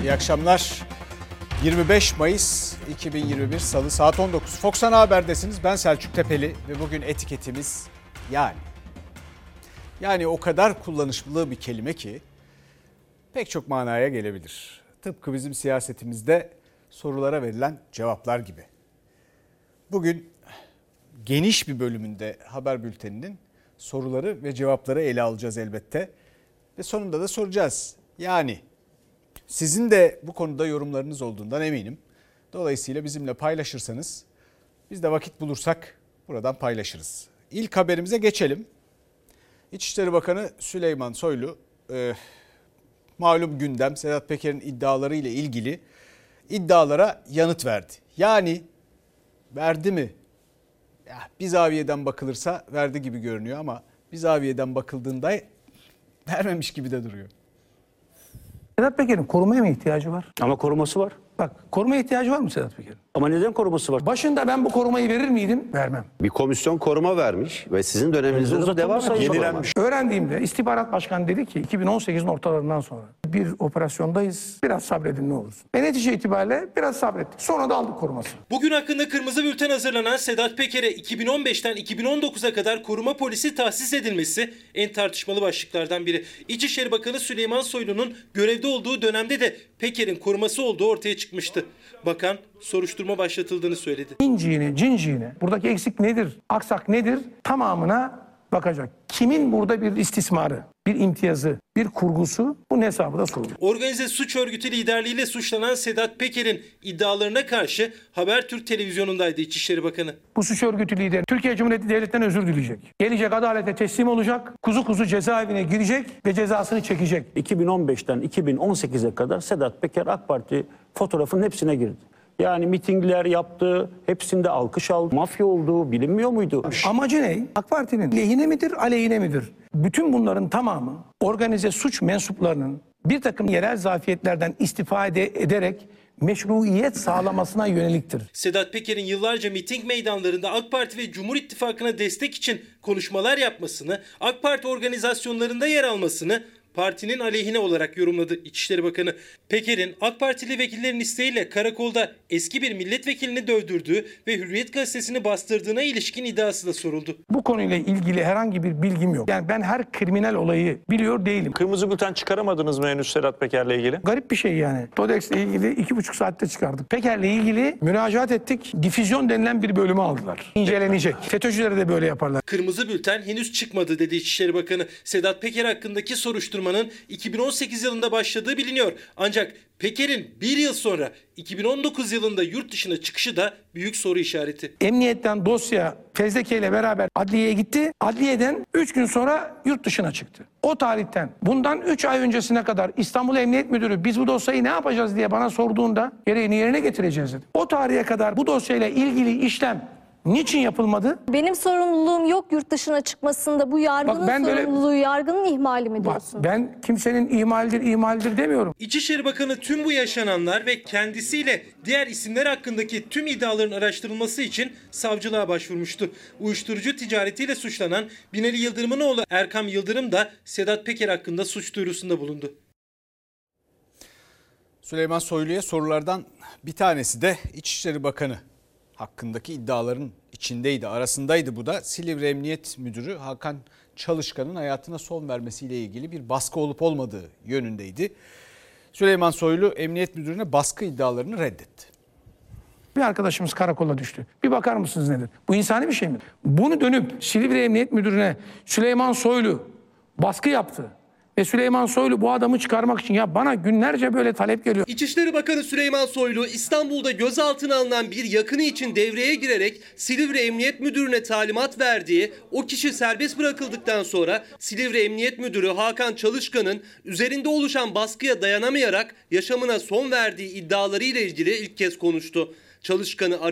İyi akşamlar. 25 Mayıs 2021 Salı saat 19. Fox Ana Haber'desiniz. Ben Selçuk Tepeli ve bugün etiketimiz yani. Yani o kadar kullanışlı bir kelime ki pek çok manaya gelebilir. Tıpkı bizim siyasetimizde sorulara verilen cevaplar gibi. Bugün geniş bir bölümünde haber bülteninin soruları ve cevapları ele alacağız elbette. Ve sonunda da soracağız. Yani sizin de bu konuda yorumlarınız olduğundan eminim. Dolayısıyla bizimle paylaşırsanız biz de vakit bulursak buradan paylaşırız. İlk haberimize geçelim. İçişleri Bakanı Süleyman Soylu malum gündem Sedat Peker'in iddiaları ile ilgili iddialara yanıt verdi. Yani verdi mi? Ya, bir zaviyeden bakılırsa verdi gibi görünüyor ama bir zaviyeden bakıldığında vermemiş gibi de duruyor. Sedat Peker'in korumaya mı ihtiyacı var? Ama koruması var. Bak, korumaya ihtiyacı var mı Sedat Peker'in? Ama neden koruması var? Başında ben bu korumayı verir miydim? Vermem. Bir komisyon koruma vermiş ve sizin döneminizde de devam ediyor. Yenilenmiş. Öğrendiğimde istihbarat başkanı dedi ki 2018'in ortalarından sonra bir operasyondayız. Biraz sabredin ne olursun. Ve netice itibariyle biraz sabrettik. Sonra da aldık korumasını. Bugün hakkında kırmızı bülten hazırlanan Sedat Peker'e 2015'ten 2019'a kadar koruma polisi tahsis edilmesi en tartışmalı başlıklardan biri. İçişleri Bakanı Süleyman Soylu'nun görevde olduğu dönemde de Peker'in koruması olduğu ortaya çıkmıştı. Bakan soruşturma başlatıldığını söyledi. Cinciğine, buradaki eksik nedir, aksak nedir tamamına bakacak. Kimin burada bir istismarı, bir imtiyazı, bir kurgusu bunun hesabı da sorulur. Organize suç örgütü liderliğiyle suçlanan Sedat Peker'in iddialarına karşı Habertürk televizyonundaydı İçişleri Bakanı. Bu suç örgütü lideri Türkiye Cumhuriyeti Devleti'nden özür dileyecek. Gelecek adalete teslim olacak, kuzu kuzu cezaevine girecek ve cezasını çekecek. 2015'ten 2018'e kadar Sedat Peker AK Parti fotoğrafının hepsine girdi. Yani mitingler yaptı, hepsinde alkış aldı. Mafya olduğu bilinmiyor muydu? Amacı ne? AK Parti'nin lehine midir, aleyhine midir? Bütün bunların tamamı organize suç mensuplarının bir takım yerel zafiyetlerden istifade ederek meşruiyet sağlamasına yöneliktir. Sedat Peker'in yıllarca miting meydanlarında AK Parti ve Cumhur İttifakı'na destek için konuşmalar yapmasını, AK Parti organizasyonlarında yer almasını partinin aleyhine olarak yorumladı İçişleri Bakanı. Peker'in AK Partili vekillerin isteğiyle karakolda eski bir milletvekilini dövdürdüğü ve Hürriyet gazetesini bastırdığına ilişkin iddiası da soruldu. Bu konuyla ilgili herhangi bir bilgim yok. Yani ben her kriminal olayı biliyor değilim. Kırmızı bülten çıkaramadınız mı henüz Sedat Peker'le ilgili? Garip bir şey yani. Todex'le ilgili 2,5 saatte çıkardık. Peker'le ilgili müracaat ettik. Difüzyon denilen bir bölümü aldılar. İncelenecek. FETÖ'cülere de böyle yaparlar. Kırmızı bülten henüz çıkmadı dedi İçişleri Bakanı. Sedat Peker hakkındaki soruşturmanın 2018 yılında başladığı biliniyor. Ancak Peker'in bir yıl sonra 2019 yılında yurt dışına çıkışı da büyük soru işareti. Emniyetten dosya fezleke ile beraber adliyeye gitti. Adliyeden 3 gün sonra yurt dışına çıktı. O tarihten bundan 3 ay öncesine kadar İstanbul Emniyet Müdürü biz bu dosyayı ne yapacağız diye bana sorduğunda gereğini yerine getireceğiz dedi. O tarihe kadar bu dosyayla ilgili işlem niçin yapılmadı? Benim sorumluluğum yok yurt dışına çıkmasında. Bu yargının sorumluluğu, yargının ihmali mi diyorsun? Ben kimsenin ihmaldir demiyorum. İçişleri Bakanı tüm bu yaşananlar ve kendisiyle diğer isimler hakkındaki tüm iddiaların araştırılması için savcılığa başvurmuştu. Uyuşturucu ticaretiyle suçlanan Binali Yıldırım'ın oğlu Erkam Yıldırım da Sedat Peker hakkında suç duyurusunda bulundu. Süleyman Soylu'ya sorulardan bir tanesi de İçişleri Bakanı hakkındaki iddiaların içindeydi, arasındaydı bu da. Silivri Emniyet Müdürü Hakan Çalışkan'ın hayatına son vermesiyle ilgili bir baskı olup olmadığı yönündeydi. Süleyman Soylu Emniyet Müdürü'ne baskı iddialarını reddetti. Bir arkadaşımız karakola düştü. Bir bakar mısınız nedir? Bu insani bir şey mi? Bunu dönüp Silivri Emniyet Müdürü'ne Süleyman Soylu baskı yaptı. Ve Süleyman Soylu bu adamı çıkarmak için ya bana günlerce böyle talep geliyor. İçişleri Bakanı Süleyman Soylu İstanbul'da gözaltına alınan bir yakını için devreye girerek Silivri Emniyet Müdürü'ne talimat verdiği, o kişi serbest bırakıldıktan sonra Silivri Emniyet Müdürü Hakan Çalışkan'ın üzerinde oluşan baskıya dayanamayarak yaşamına son verdiği iddialarıyla ilgili ilk kez konuştu. Çalışkan'ı arayan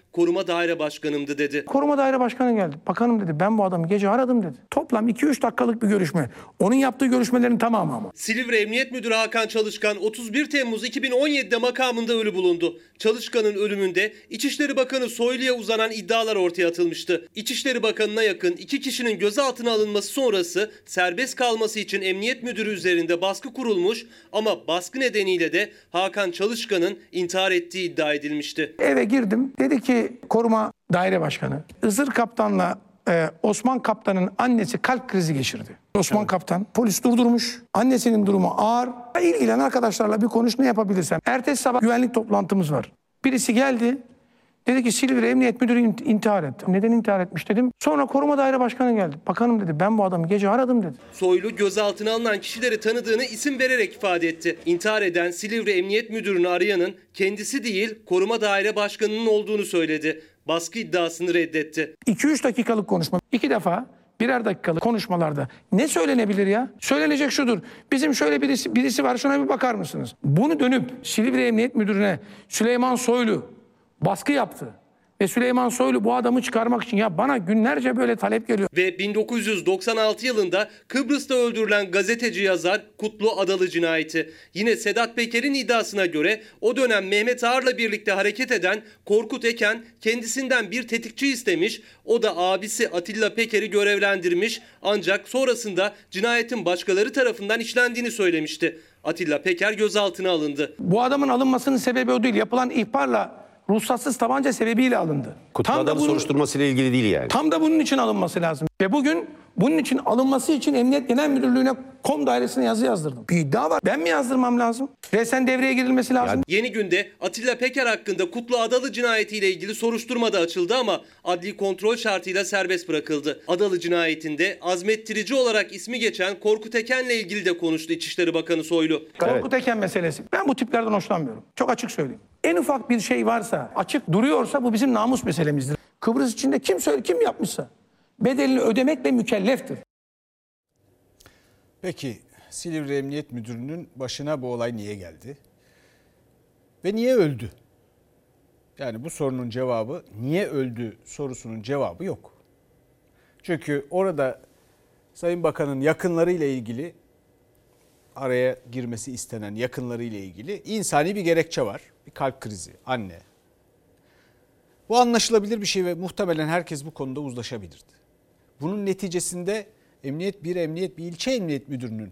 koruma daire başkanımdı dedi. Koruma daire başkanı geldi. Bakanım dedi, ben bu adamı gece aradım dedi. Toplam 2-3 dakikalık bir görüşme. Onun yaptığı görüşmelerin tamamı ama. Silivri Emniyet Müdürü Hakan Çalışkan 31 Temmuz 2017'de makamında ölü bulundu. Çalışkan'ın ölümünde İçişleri Bakanı Soylu'ya uzanan iddialar ortaya atılmıştı. İçişleri Bakanı'na yakın 2 kişinin gözaltına alınması sonrası serbest kalması için Emniyet Müdürü üzerinde baskı kurulmuş ama baskı nedeniyle de Hakan Çalışkan'ın intihar ettiği iddia edilmişti. Eve girdim. Dedi ki koruma daire başkanı, Hızır Kaptan'la Osman Kaptan'ın annesi kalp krizi geçirdi. Osman Kaptan polis durdurmuş. Annesinin durumu ağır. İlgilenen arkadaşlarla bir konuş, ne yapabilirsem. Ertesi sabah güvenlik toplantımız var. Birisi geldi. Dedi ki Silivri Emniyet Müdürü intihar etti. Neden intihar etmiş dedim. Sonra koruma daire başkanı geldi. Bakanım dedi, ben bu adamı gece aradım dedi. Soylu gözaltına alınan kişileri tanıdığını isim vererek ifade etti. İntihar eden Silivri Emniyet Müdürünü arayanın kendisi değil koruma daire başkanının olduğunu söyledi. Baskı iddiasını reddetti. 2-3 dakikalık konuşma. 2 defa birer dakikalık konuşmalarda ne söylenebilir ya? Söylenecek şudur. Bizim şöyle birisi var, şuna bir bakar mısınız? Bunu dönüp Silivri Emniyet Müdürü'ne Süleyman Soylu baskı yaptı. Ve Süleyman Soylu bu adamı çıkarmak için, ya bana günlerce böyle talep geliyor. Ve 1996 yılında Kıbrıs'ta öldürülen gazeteci yazar Kutlu Adalı cinayeti. Yine Sedat Peker'in iddiasına göre o dönem Mehmet Ağar'la birlikte hareket eden Korkut Eken kendisinden bir tetikçi istemiş. O da abisi Atilla Peker'i görevlendirmiş ancak sonrasında cinayetin başkaları tarafından işlendiğini söylemişti. Atilla Peker gözaltına alındı. Bu adamın alınmasının sebebi o değil. Yapılan ihbarla ruhsatsız tabanca sebebiyle alındı. Kutlu Adalı soruşturmasıyla ilgili değil yani. Tam da bunun için alınması lazım. Ve bugün bunun için alınması için Emniyet Genel Müdürlüğü'ne kom dairesine yazı yazdırdım. Bir iddia var. Ben mi yazdırmam lazım? Resen devreye girilmesi lazım. Yeni Günde Atilla Peker hakkında Kutlu Adalı cinayetiyle ilgili soruşturma da açıldı ama adli kontrol şartıyla serbest bırakıldı. Adalı cinayetinde azmettirici olarak ismi geçen Korkut Eken'le ilgili de konuştu İçişleri Bakanı Soylu. Korkut Eken meselesi. Ben bu tiplerden hoşlanmıyorum. Çok açık söyleyeyim. En ufak bir şey varsa, açık duruyorsa bu bizim namus meselemizdir. Kıbrıs içinde kim yapmışsa bedelini ödemekle mükelleftir. Peki Silivri Emniyet Müdürü'nün başına bu olay niye geldi? Ve niye öldü? Yani bu sorunun cevabı, niye öldü sorusunun cevabı yok. Çünkü orada Sayın Bakan'ın yakınlarıyla ilgili, araya girmesi istenen yakınlarıyla ilgili insani bir gerekçe var. Bir kalp krizi, anne. Bu anlaşılabilir bir şey ve muhtemelen herkes bu konuda uzlaşabilirdi. Bunun neticesinde bir ilçe emniyet müdürünün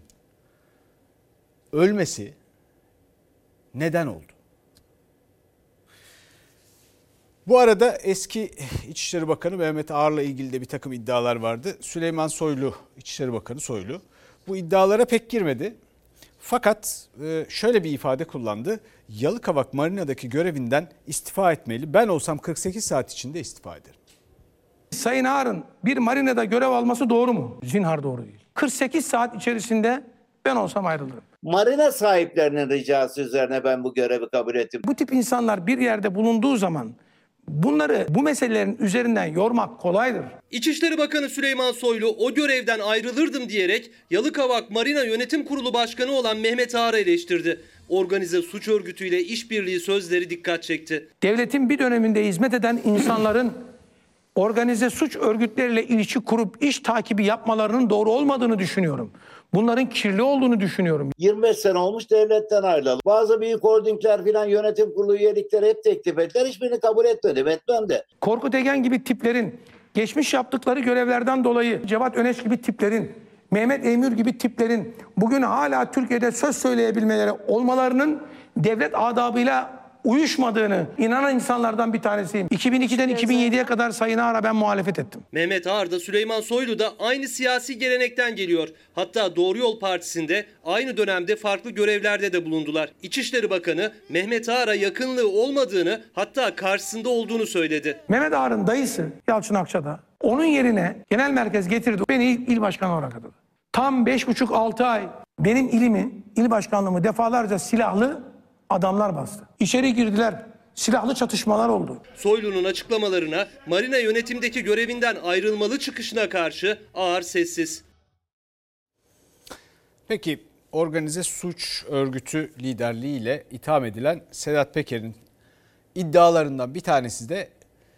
ölmesi neden oldu? Bu arada eski İçişleri Bakanı Mehmet Ağar'la ilgili de bir takım iddialar vardı. Süleyman Soylu, İçişleri Bakanı Soylu bu iddialara pek girmedi. Fakat şöyle bir ifade kullandı. Yalıkavak Marina'daki görevinden istifa etmeli. Ben olsam 48 saat içinde istifa ederim. Sayın Ağar'ın bir marinada görev alması doğru mu? Zinhar doğru değil. 48 saat içerisinde ben olsam ayrılırım. Marina sahiplerinin ricası üzerine ben bu görevi kabul ettim. Bu tip insanlar bir yerde bulunduğu zaman bunları bu meselelerin üzerinden yormak kolaydır. İçişleri Bakanı Süleyman Soylu o görevden ayrılırdım diyerek Yalıkavak Marina Yönetim Kurulu Başkanı olan Mehmet Ağar'ı eleştirdi. Organize suç örgütüyle işbirliği sözleri dikkat çekti. Devletin bir döneminde hizmet eden insanların organize suç örgütleriyle ilişki kurup iş takibi yapmalarının doğru olmadığını düşünüyorum. Bunların kirli olduğunu düşünüyorum. 25 sene olmuş devletten ayrılalı. Bazı büyük holdingler filan yönetim kurulu üyelikleri hep teklif ettiler. Hiçbirini kabul etmedim, etmem de. Korkut Egen gibi tiplerin, geçmiş yaptıkları görevlerden dolayı Cevat Öneş gibi tiplerin, Mehmet Eymür gibi tiplerin bugün hala Türkiye'de söz söyleyebilmeleri olmalarının devlet adabıyla uyuşmadığını inanan insanlardan bir tanesiyim. 2002'den 2007'ye kadar Sayın Ağar'a ben muhalefet ettim. Mehmet Ağar da Süleyman Soylu da aynı siyasi gelenekten geliyor. Hatta Doğru Yol Partisi'nde aynı dönemde farklı görevlerde de bulundular. İçişleri Bakanı Mehmet Ağar'a yakınlığı olmadığını, hatta karşısında olduğunu söyledi. Mehmet Ağar'ın dayısı Yalçın Akçada onun yerine genel merkez getirdi. Beni il başkanı olarak atadı. Tam 5,5-6 ay benim il başkanlığımı defalarca silahlı adamlar bastı. İçeri girdiler. Silahlı çatışmalar oldu. Soylu'nun açıklamalarına, Marina yönetimdeki görevinden ayrılmalı çıkışına karşı Ağar sessiz. Peki organize suç örgütü liderliğiyle itham edilen Sedat Peker'in iddialarından bir tanesi de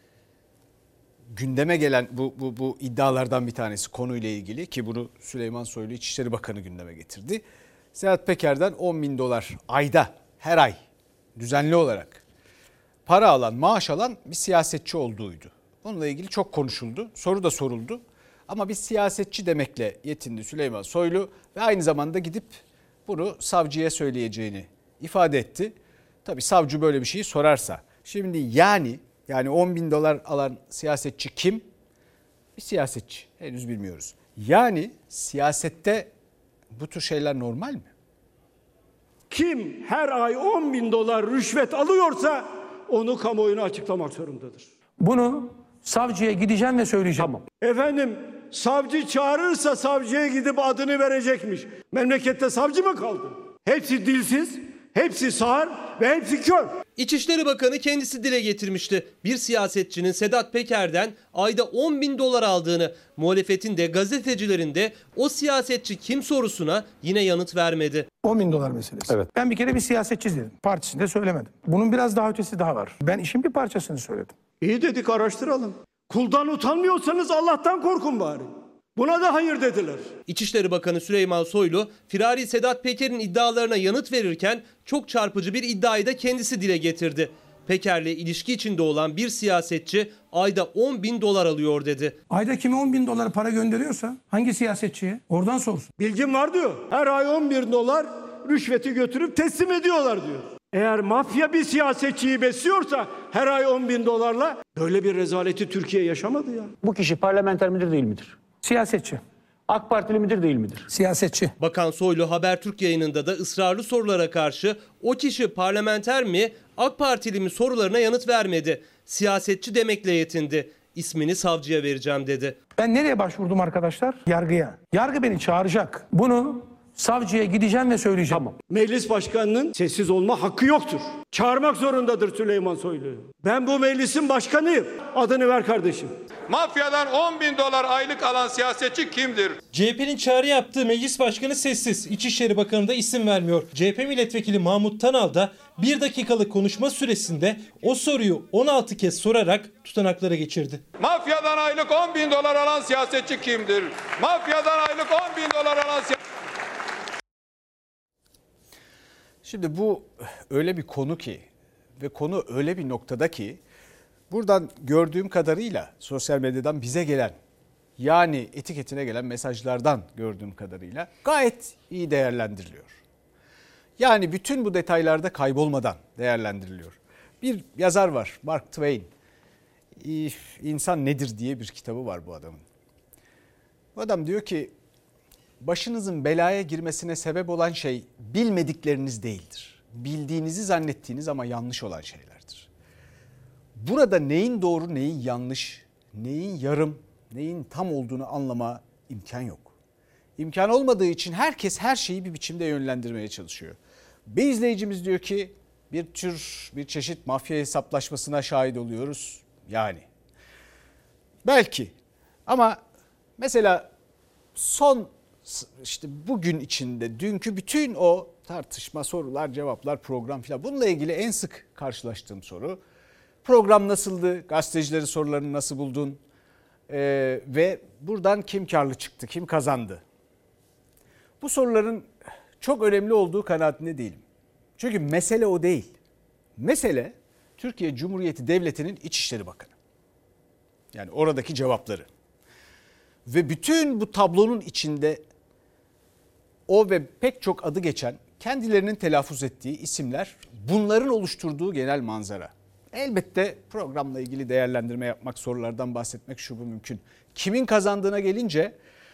gündeme gelen bu iddialardan bir tanesi konuyla ilgili ki bunu Süleyman Soylu İçişleri Bakanı gündeme getirdi. Sedat Peker'den 10 bin dolar ayda her ay düzenli olarak para alan, maaş alan bir siyasetçi olduğuydu. Onunla ilgili çok konuşuldu, soru da soruldu ama bir siyasetçi demekle yetindi Süleyman Soylu ve aynı zamanda gidip bunu savcıya söyleyeceğini ifade etti. Tabii savcı böyle bir şeyi sorarsa. Şimdi yani 10 bin dolar alan siyasetçi kim? Bir siyasetçi. Henüz bilmiyoruz. Yani siyasette bu tür şeyler normal mi? Kim her ay 10 bin dolar rüşvet alıyorsa onu kamuoyuna açıklamak zorundadır. Bunu savcıya gideceğim ve söyleyeceğim. Tamam. Efendim savcı çağırırsa savcıya gidip adını verecekmiş. Memlekette savcı mı kaldı? Hepsi dilsiz, hepsi sağır ve hepsi kör. İçişleri Bakanı kendisi dile getirmişti. Bir siyasetçinin Sedat Peker'den ayda 10 bin dolar aldığını, muhalefetin de gazetecilerin de o siyasetçi kim sorusuna yine yanıt vermedi. 10 bin dolar meselesi. Evet. Ben bir kere bir siyasetçi dedim. Partisinde söylemedim. Bunun biraz daha ötesi daha var. Ben işin bir parçasını söyledim. İyi dedik, araştıralım. Kuldan utanmıyorsanız Allah'tan korkun bari. Buna da hayır dediler. İçişleri Bakanı Süleyman Soylu, firari Sedat Peker'in iddialarına yanıt verirken çok çarpıcı bir iddiayı da kendisi dile getirdi. Peker'le ilişki içinde olan bir siyasetçi ayda 10 bin dolar alıyor dedi. Ayda kime 10 bin dolar para gönderiyorsa hangi siyasetçiye oradan sorsun. Bilgim var diyor. Her ay 11 dolar rüşveti götürüp teslim ediyorlar diyor. Eğer mafya bir siyasetçiyi besliyorsa her ay 10 bin dolarla böyle bir rezaleti Türkiye yaşamadı ya. Bu kişi parlamenter midir değil midir? Siyasetçi. AK Partili midir değil midir? Siyasetçi. Bakan Soylu Habertürk yayınında da ısrarlı sorulara karşı o kişi parlamenter mi, AK Partili mi sorularına yanıt vermedi. Siyasetçi demekle yetindi. İsmini savcıya vereceğim dedi. Ben nereye başvurdum arkadaşlar? Yargıya. Yargı beni çağıracak. Bunu savcıya gideceğim ve söyleyeceğim. Tamam. Meclis başkanının sessiz olma hakkı yoktur. Çağırmak zorundadır Süleyman Soylu'yu. Ben bu meclisin başkanıyım. Adını ver kardeşim. Mafyadan 10 bin dolar aylık alan siyasetçi kimdir? CHP'nin çağrı yaptığı meclis başkanı sessiz. İçişleri Bakanı da isim vermiyor. CHP milletvekili Mahmut Tanal da 1 dakikalık konuşma süresinde o soruyu 16 kez sorarak tutanaklara geçirdi. Mafyadan aylık 10 bin dolar alan siyasetçi kimdir? Mafyadan aylık 10 bin dolar alan Şimdi bu öyle bir konu ki ve konu öyle bir noktada ki buradan gördüğüm kadarıyla sosyal medyadan bize gelen yani etiketine gelen mesajlardan gördüğüm kadarıyla gayet iyi değerlendiriliyor. Yani bütün bu detaylarda kaybolmadan değerlendiriliyor. Bir yazar var, Mark Twain. İnsan Nedir diye bir kitabı var bu adamın. Bu adam diyor ki başınızın belaya girmesine sebep olan şey bilmedikleriniz değildir. Bildiğinizi zannettiğiniz ama yanlış olan şeylerdir. Burada neyin doğru, neyin yanlış, neyin yarım, neyin tam olduğunu anlama imkan yok. İmkan olmadığı için herkes her şeyi bir biçimde yönlendirmeye çalışıyor. Bir izleyicimiz diyor ki bir çeşit mafya hesaplaşmasına şahit oluyoruz. Yani belki ama mesela son işte bugün içinde dünkü bütün o tartışma, sorular, cevaplar, program filan bununla ilgili en sık karşılaştığım soru program nasıldı, gazetecilerin sorularını nasıl buldun ve buradan kim karlı çıktı, kim kazandı? Bu soruların çok önemli olduğu kanaatinde değilim. Çünkü mesele o değil. Mesele Türkiye Cumhuriyeti Devleti'nin İçişleri Bakanı. Yani oradaki cevapları. Ve bütün bu tablonun içinde o ve pek çok adı geçen kendilerinin telaffuz ettiği isimler bunların oluşturduğu genel manzara. Elbette programla ilgili değerlendirme yapmak, sorulardan bahsetmek şu bu mümkün. Kimin kazandığına gelince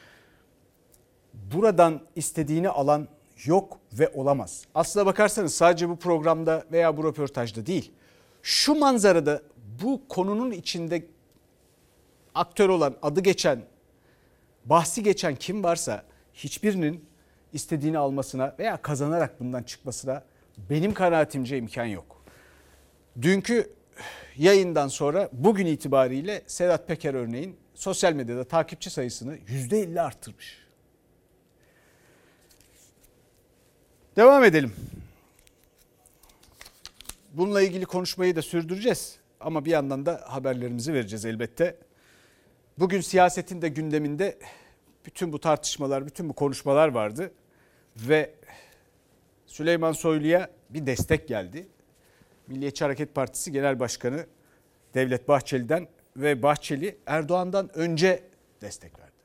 buradan istediğini alan yok ve olamaz. Aslına bakarsanız sadece bu programda veya bu röportajda değil, şu manzarada bu konunun içinde aktör olan, adı geçen, bahsi geçen kim varsa hiçbirinin istediğini almasına veya kazanarak bundan çıkmasına benim kanaatimce imkan yok. Dünkü yayından sonra bugün itibariyle Sedat Peker örneğin sosyal medyada takipçi sayısını %50 arttırmış. Devam edelim. Bununla ilgili konuşmayı da sürdüreceğiz ama bir yandan da haberlerimizi vereceğiz elbette. Bugün siyasetin de gündeminde bütün bu tartışmalar, bütün bu konuşmalar vardı ve Süleyman Soylu'ya bir destek geldi. Milliyetçi Hareket Partisi Genel Başkanı Devlet Bahçeli'den ve Bahçeli Erdoğan'dan önce destek verdi.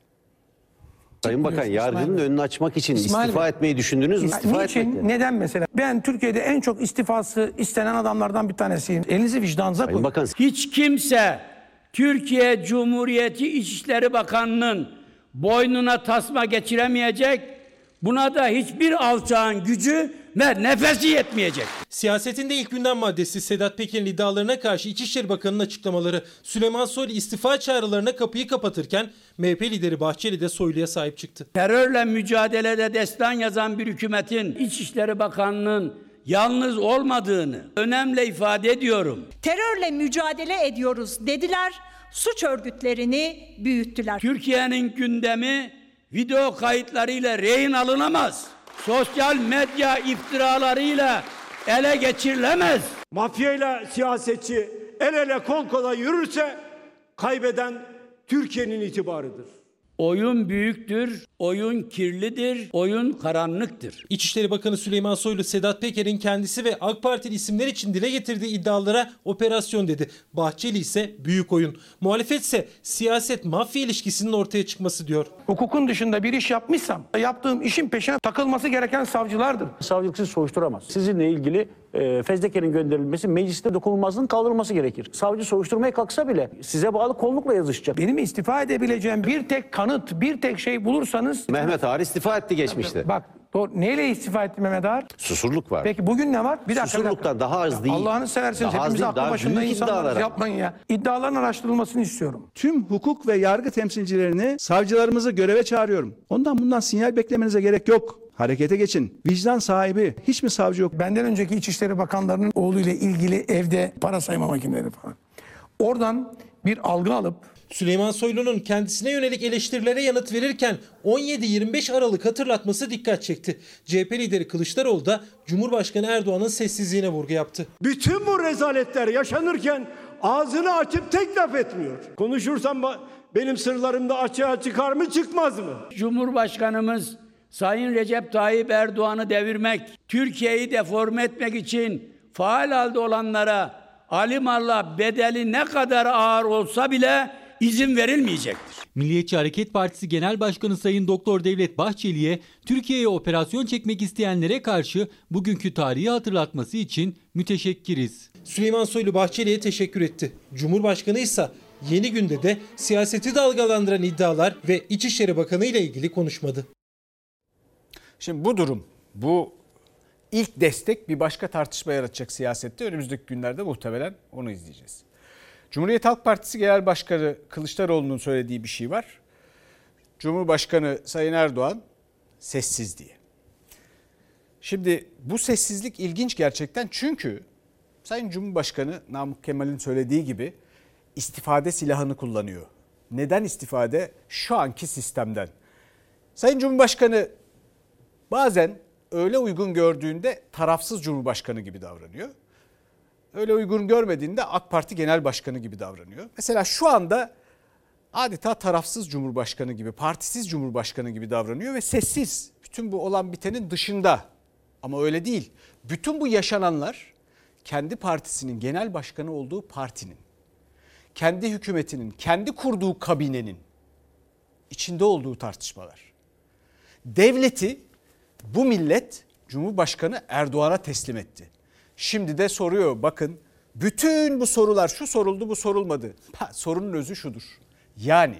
Sayın Bakan, yargının önünü açmak için istifa etmeyi düşündünüz mü? İstifa Niçin? Neden mesela? Ben Türkiye'de en çok istifası istenen adamlardan bir tanesiyim. Elinizi vicdanınıza koyun. Bakan, hiç kimse Türkiye Cumhuriyeti İçişleri Bakanı'nın boynuna tasma geçiremeyecek. Buna da hiçbir alçağın gücü ve nefesi yetmeyecek. Siyasetin de ilk gündem maddesi Sedat Peker'in iddialarına karşı İçişleri Bakanı'nın açıklamaları. Süleyman Soylu istifa çağrılarına kapıyı kapatırken MHP lideri Bahçeli de Soylu'ya sahip çıktı. Terörle mücadelede destan yazan bir hükümetin İçişleri Bakanı'nın yalnız olmadığını önemli ifade ediyorum. Terörle mücadele ediyoruz dediler, suç örgütlerini büyüttüler. Türkiye'nin gündemi video kayıtlarıyla rehin alınamaz. Sosyal medya iftiralarıyla ele geçirilemez. Mafyayla siyasetçi el ele kol kola yürürse kaybeden Türkiye'nin itibarıdır. Oyun büyüktür, oyun kirlidir, oyun karanlıktır. İçişleri Bakanı Süleyman Soylu, Sedat Peker'in kendisi ve AK Partili isimler için dile getirdiği iddialara operasyon dedi. Bahçeli ise büyük oyun. Muhalefet ise siyaset mafya ilişkisinin ortaya çıkması diyor. Hukukun dışında bir iş yapmışsam yaptığım işin peşine takılması gereken savcılardır. Savcılık sizi soruşturamaz. Sizinle ilgili fezlekenin gönderilmesi, mecliste dokunulmazlığın kaldırılması gerekir. Savcı soruşturmaya kalksa bile size bağlı kollukla yazışacak. Benim istifa edebileceğim bir tek kanıt, bir tek şey bulursanız... Mehmet Ağar istifa etti geçmişte. Bak, neyle istifa etti Mehmet Ağar? Susurluk var. Peki bugün ne var? Bir dakika. Susurluktan daha az değil. Allah'ını seversiniz, daha hepimiz değil, aklı daha başında büyük insanlarız, iddialara. yapmayın ya. İddiaların araştırılmasını istiyorum. Tüm hukuk ve yargı temsilcilerini, savcılarımızı göreve çağırıyorum. Ondan bundan sinyal beklemenize gerek yok. Harekete geçin. Vicdan sahibi hiç mi savcı yok? Benden önceki İçişleri Bakanlarının oğluyla ilgili evde para sayma makineleri falan. Oradan bir algı alıp Süleyman Soylu'nun kendisine yönelik eleştirilere yanıt verirken 17-25 Aralık hatırlatması dikkat çekti. CHP lideri Kılıçdaroğlu da Cumhurbaşkanı Erdoğan'ın sessizliğine vurgu yaptı. Bütün bu rezaletler yaşanırken ağzını açıp tek laf etmiyor. Konuşursam benim sırlarım da açığa çıkar mı çıkmaz mı? Cumhurbaşkanımız Sayın Recep Tayyip Erdoğan'ı devirmek, Türkiye'yi deforme etmek için faal halde olanlara alimallah bedeli ne kadar ağır olsa bile izin verilmeyecektir. Milliyetçi Hareket Partisi Genel Başkanı Sayın Doktor Devlet Bahçeli'ye Türkiye'ye operasyon çekmek isteyenlere karşı bugünkü tarihi hatırlatması için müteşekkiriz. Süleyman Soylu Bahçeli'ye teşekkür etti. Cumhurbaşkanı ise Yeni Günde de siyaseti dalgalandıran iddialar ve İçişleri Bakanı ile ilgili konuşmadı. Şimdi bu durum, bu ilk destek bir başka tartışma yaratacak siyasette. Önümüzdeki günlerde muhtemelen onu izleyeceğiz. Cumhuriyet Halk Partisi Genel Başkanı Kılıçdaroğlu'nun söylediği bir şey var. Cumhurbaşkanı Sayın Erdoğan sessiz diye. Şimdi bu sessizlik ilginç gerçekten, çünkü Sayın Cumhurbaşkanı Namık Kemal'in söylediği gibi istifade silahını kullanıyor. Neden istifade? Şu anki sistemden. Sayın Cumhurbaşkanı bazen öyle uygun gördüğünde tarafsız Cumhurbaşkanı gibi davranıyor. Öyle uygun görmediğinde AK Parti Genel Başkanı gibi davranıyor. Mesela şu anda adeta tarafsız Cumhurbaşkanı gibi, partisiz Cumhurbaşkanı gibi davranıyor ve sessiz. Bütün bu olan bitenin dışında. Ama öyle değil. Bütün bu yaşananlar kendi partisinin genel başkanı olduğu partinin, kendi hükümetinin, kendi kurduğu kabinenin içinde olduğu tartışmalar. Devleti bu millet Cumhurbaşkanı Erdoğan'a teslim etti. Şimdi de soruyor, bakın bütün bu sorular, şu soruldu bu sorulmadı. Sorunun özü şudur. Yani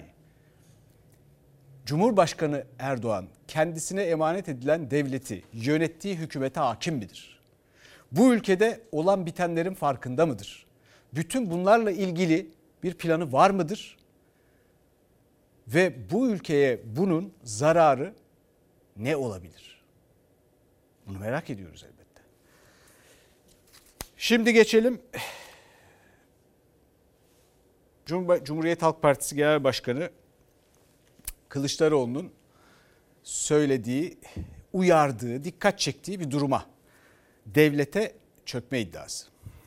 Cumhurbaşkanı Erdoğan kendisine emanet edilen devleti, yönettiği hükümete hakim midir? Bu ülkede olan bitenlerin farkında mıdır? Bütün bunlarla ilgili bir planı var mıdır? Ve bu ülkeye bunun zararı ne olabilir? Bunu merak ediyoruz elbette. Şimdi geçelim Cumhuriyet Halk Partisi Genel Başkanı Kılıçdaroğlu'nun söylediği, uyardığı, dikkat çektiği bir duruma. Devlete çökme iddiası.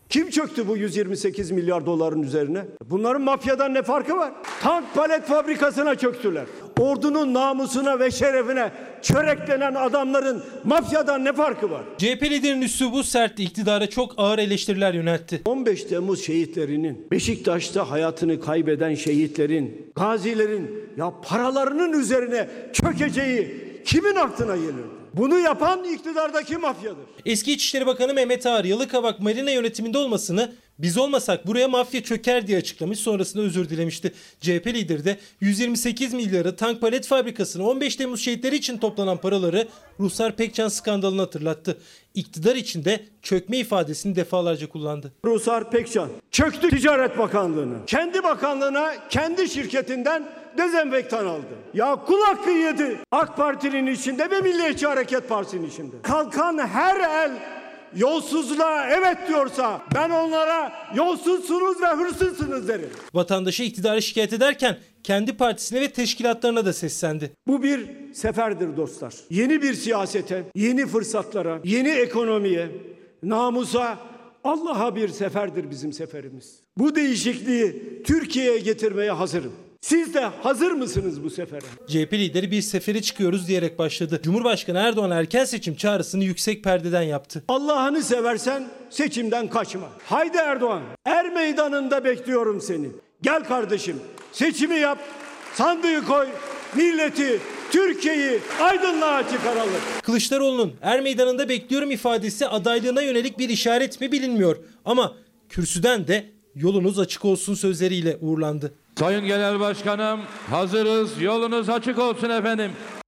Kim çöktü bu 128 milyar doların üzerine? Bunların mafyadan ne farkı var? Tank palet fabrikasına çöktüler. Ordunun namusuna ve şerefine çöreklenen adamların mafyadan ne farkı var? CHP liderinin üslubu sertti, iktidara çok ağır eleştiriler yöneltti. 15 Temmuz şehitlerinin, Beşiktaş'ta hayatını kaybeden şehitlerin, gazilerin ya paralarının üzerine çökeceği kimin aklına gelirdi? Bunu yapan iktidardaki mafyadır. Eski İçişleri Bakanı Mehmet Ağar, Yalıkavak Marina yönetiminde olmasını biz olmasak buraya mafya çöker diye açıklamış, sonrasında özür dilemişti. CHP lideri de 128 milyarı tank palet fabrikasına, 15 Temmuz şehitleri için toplanan paraları Ruhsar Pekcan skandalını hatırlattı. İktidar içinde çökme ifadesini defalarca kullandı. Ruhsar Pekcan çöktü Ticaret Bakanlığı'nı. Kendi bakanlığına, kendi şirketinden dezenfektan aldı. Ya kul hakkı yedi. AK Parti'nin içinde ve Milliyetçi Hareket Partisi'nin içinde. Kalkan her el yolsuzluğa evet diyorsa ben onlara yolsuzsunuz ve hırsızsınız derim. Vatandaşı iktidara şikayet ederken kendi partisine ve teşkilatlarına da seslendi. Bu bir seferdir dostlar. Yeni bir siyasete, yeni fırsatlara, yeni ekonomiye, namusa, Allah'a bir seferdir bizim seferimiz. Bu değişikliği Türkiye'ye getirmeye hazırım. Siz de hazır mısınız bu sefere? CHP lideri bir sefere çıkıyoruz diyerek başladı. Cumhurbaşkanı Erdoğan erken seçim çağrısını yüksek perdeden yaptı. Allah'ını seversen seçimden kaçma. Haydi Erdoğan, er meydanında bekliyorum seni. Gel kardeşim, seçimi yap, sandığı koy, milleti, Türkiye'yi aydınlığa çıkaralım. Kılıçdaroğlu'nun er meydanında bekliyorum ifadesi adaylığına yönelik bir işaret mi bilinmiyor. Ama kürsüden de yolunuz açık olsun sözleriyle uğurlandı. Sayın Genel Başkanım, hazırız. Yolunuz açık olsun efendim.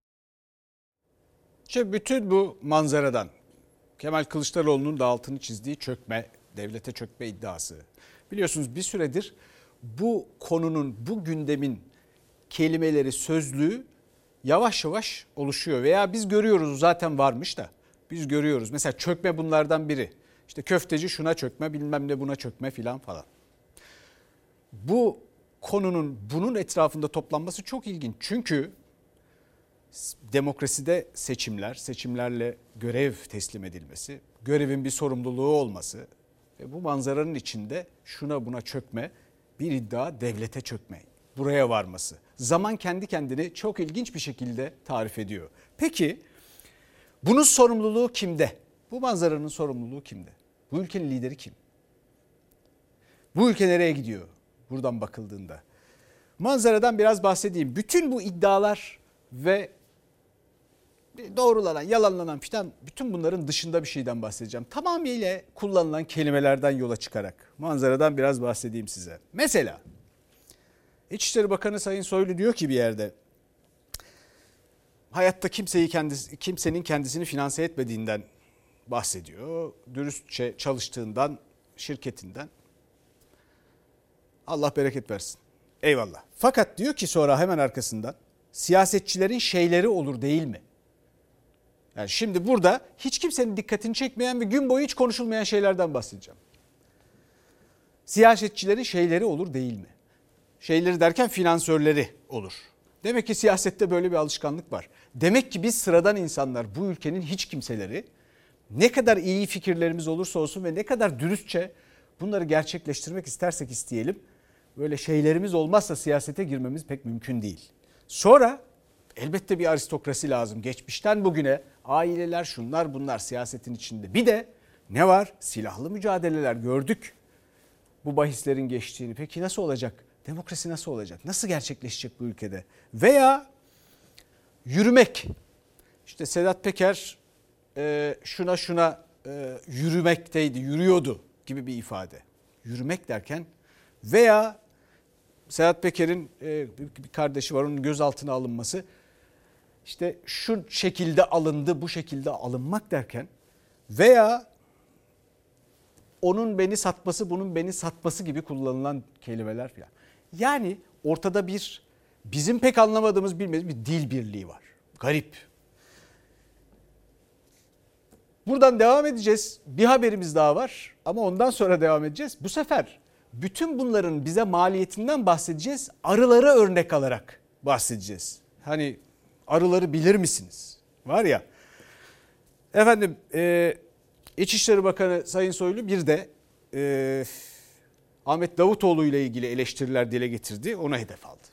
İşte bütün bu manzaradan Kemal Kılıçdaroğlu'nun da altını çizdiği çökme, devlete çökme iddiası. Biliyorsunuz bir süredir bu konunun, bu gündemin kelimeleri, sözlüğü yavaş yavaş oluşuyor. Veya biz görüyoruz, zaten varmış da biz görüyoruz. Mesela çökme bunlardan biri. İşte köfteci şuna çökme, bilmem ne buna çökme filan falan. Bu konunun bunun etrafında toplanması çok ilginç. Çünkü demokraside seçimler, seçimlerle görev teslim edilmesi, görevin bir sorumluluğu olması ve bu manzaranın içinde şuna buna çökme, bir iddia devlete çökme, buraya varması. Zaman kendi kendini çok ilginç bir şekilde tarif ediyor. Peki bunun sorumluluğu kimde? Bu manzaranın sorumluluğu kimde? Bu ülkenin lideri kim? Bu ülke nereye gidiyor? Buradan bakıldığında. Manzaradan biraz bahsedeyim. Bütün bu iddialar ve doğrulanan, yalanlanan filan, bütün bunların dışında bir şeyden bahsedeceğim. Tamamıyla kullanılan kelimelerden yola çıkarak manzaradan biraz bahsedeyim size. Mesela İçişleri Bakanı Sayın Soylu diyor ki bir yerde, hayatta kimsenin kendisini finanse etmediğinden bahsediyor. Dürüstçe çalıştığından, şirketinden. Allah bereket versin. Eyvallah. Fakat diyor ki sonra hemen arkasından, siyasetçilerin şeyleri olur değil mi? Yani şimdi burada hiç kimsenin dikkatini çekmeyen ve gün boyu hiç konuşulmayan şeylerden bahsedeceğim. Siyasetçilerin şeyleri olur değil mi? Şeyleri derken finansörleri olur. Demek ki siyasette böyle bir alışkanlık var. Demek ki biz sıradan insanlar, bu ülkenin hiç kimseleri, ne kadar iyi fikirlerimiz olursa olsun ve ne kadar dürüstçe bunları gerçekleştirmek istersek isteyelim, böyle şeylerimiz olmazsa siyasete girmemiz pek mümkün değil. Sonra elbette bir aristokrasi lazım. Geçmişten bugüne aileler, şunlar bunlar siyasetin içinde. Bir de ne var? Silahlı mücadeleler gördük. Bu bahislerin geçtiğini. Peki nasıl olacak? Demokrasi nasıl olacak? Nasıl gerçekleşecek bu ülkede? Veya yürümek. İşte Sedat Peker şuna yürümekteydi, yürüyordu gibi bir ifade. Yürümek derken veya Sedat Peker'in bir kardeşi var, onun gözaltına alınması. İşte şu şekilde alındı, bu şekilde alınmak derken veya onun beni satması, bunun beni satması gibi kullanılan kelimeler falan. Yani ortada bir bizim pek anlamadığımız, bilmediğimiz bir dil birliği var. Garip. Buradan devam edeceğiz. Bir haberimiz daha var ama ondan sonra devam edeceğiz. Bu sefer bütün bunların bize maliyetinden bahsedeceğiz. Arıları örnek alarak bahsedeceğiz. Hani arıları bilir misiniz? Var ya. Efendim İçişleri Bakanı Sayın Soylu bir de Ahmet Davutoğlu ile ilgili eleştiriler dile getirdi. Ona hedef aldı.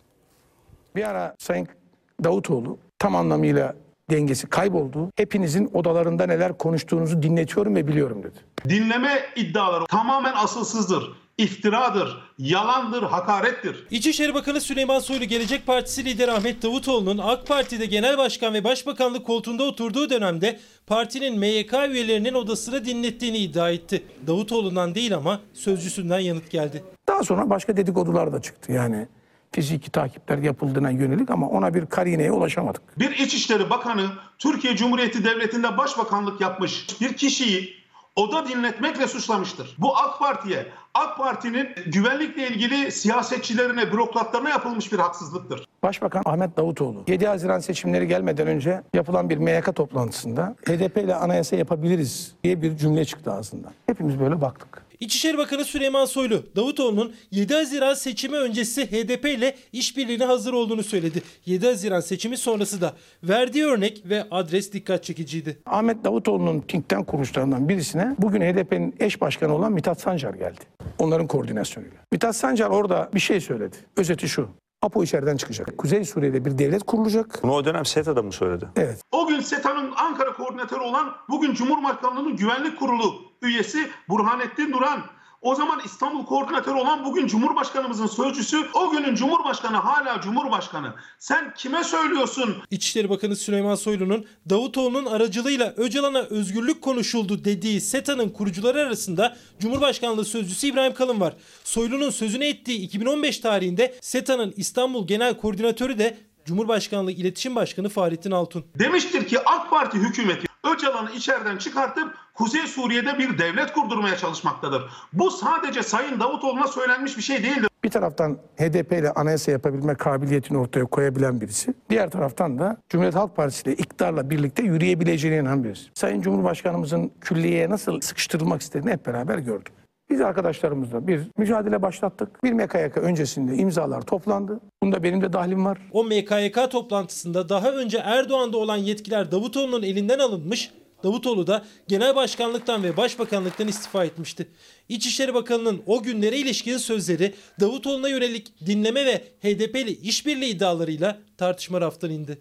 Bir ara Sayın Davutoğlu tam anlamıyla dengesi kayboldu. Hepinizin odalarında neler konuştuğunuzu dinletiyorum ve biliyorum dedi. Dinleme iddiaları tamamen asılsızdır, iftiradır, yalandır, hakarettir. İçişleri Bakanı Süleyman Soylu, Gelecek Partisi lideri Ahmet Davutoğlu'nun AK Parti'de genel başkan ve başbakanlık koltuğunda oturduğu dönemde partinin MYK üyelerinin odasını dinlettiğini iddia etti. Davutoğlu'ndan değil ama sözcüsünden yanıt geldi. Daha sonra başka dedikodular da çıktı yani. Fiziki takipler yapıldığına yönelik ama ona bir karineye ulaşamadık. Bir İçişleri Bakanı Türkiye Cumhuriyeti Devleti'nde başbakanlık yapmış bir kişiyi oda dinletmekle suçlamıştır. Bu AK Parti'ye, AK Parti'nin güvenlikle ilgili siyasetçilerine, bürokratlarına yapılmış bir haksızlıktır. Başbakan Ahmet Davutoğlu 7 Haziran seçimleri gelmeden önce yapılan bir MYK toplantısında HDP ile anayasa yapabiliriz diye bir cümle çıktı ağzından. Hepimiz böyle baktık. İçişleri Bakanı Süleyman Soylu, Davutoğlu'nun 7 Haziran seçimi öncesi HDP ile işbirliğine hazır olduğunu söyledi. 7 Haziran seçimi sonrası da verdiği örnek ve adres dikkat çekiciydi. Ahmet Davutoğlu'nun think tank kuruluşlarından birisine bugün HDP'nin eş başkanı olan Mithat Sancar geldi. Onların koordinasyonuyla. Mithat Sancar orada bir şey söyledi. Özeti şu: APO içeriden çıkacak. Kuzey Suriye'de bir devlet kurulacak. Bunu o dönem SETA'da mı söyledi? Evet. O gün SETA'nın Ankara koordinatörü olan bugün Cumhurbaşkanlığı'nın Güvenlik Kurulu üyesi Burhanettin Duran, o zaman İstanbul koordinatörü olan bugün Cumhurbaşkanımızın sözcüsü, o günün Cumhurbaşkanı hala Cumhurbaşkanı. Sen kime söylüyorsun? İçişleri Bakanı Süleyman Soylu'nun Davutoğlu'nun aracılığıyla Öcalan'a özgürlük konuşuldu dediği SETA'nın kurucuları arasında Cumhurbaşkanlığı Sözcüsü İbrahim Kalın var. Soylu'nun sözünü ettiği 2015 tarihinde SETA'nın İstanbul Genel Koordinatörü de Cumhurbaşkanlığı İletişim Başkanı Fahrettin Altun. Demiştir ki AK Parti hükümeti Öcalan'ı içeriden çıkartıp Kuzey Suriye'de bir devlet kurdurmaya çalışmaktadır. Bu sadece Sayın Davutoğlu'na söylenmiş bir şey değildir. Bir taraftan HDP ile anayasa yapabilme kabiliyetini ortaya koyabilen birisi. Diğer taraftan da Cumhuriyet Halk Partisi ile iktidarla birlikte yürüyebileceğine inanan birisi. Sayın Cumhurbaşkanımızın külliyeye nasıl sıkıştırılmak istediğini hep beraber gördük. Biz arkadaşlarımızla bir mücadele başlattık. Bir MKYK öncesinde imzalar toplandı. Bunda benim de dahlim var. O MKYK toplantısında daha önce Erdoğan'da olan yetkiler Davutoğlu'nun elinden alınmış. Davutoğlu da genel başkanlıktan ve başbakanlıktan istifa etmişti. İçişleri Bakanı'nın o günlere ilişkin sözleri Davutoğlu'na yönelik dinleme ve HDP'li işbirliği iddialarıyla tartışma raftan indi.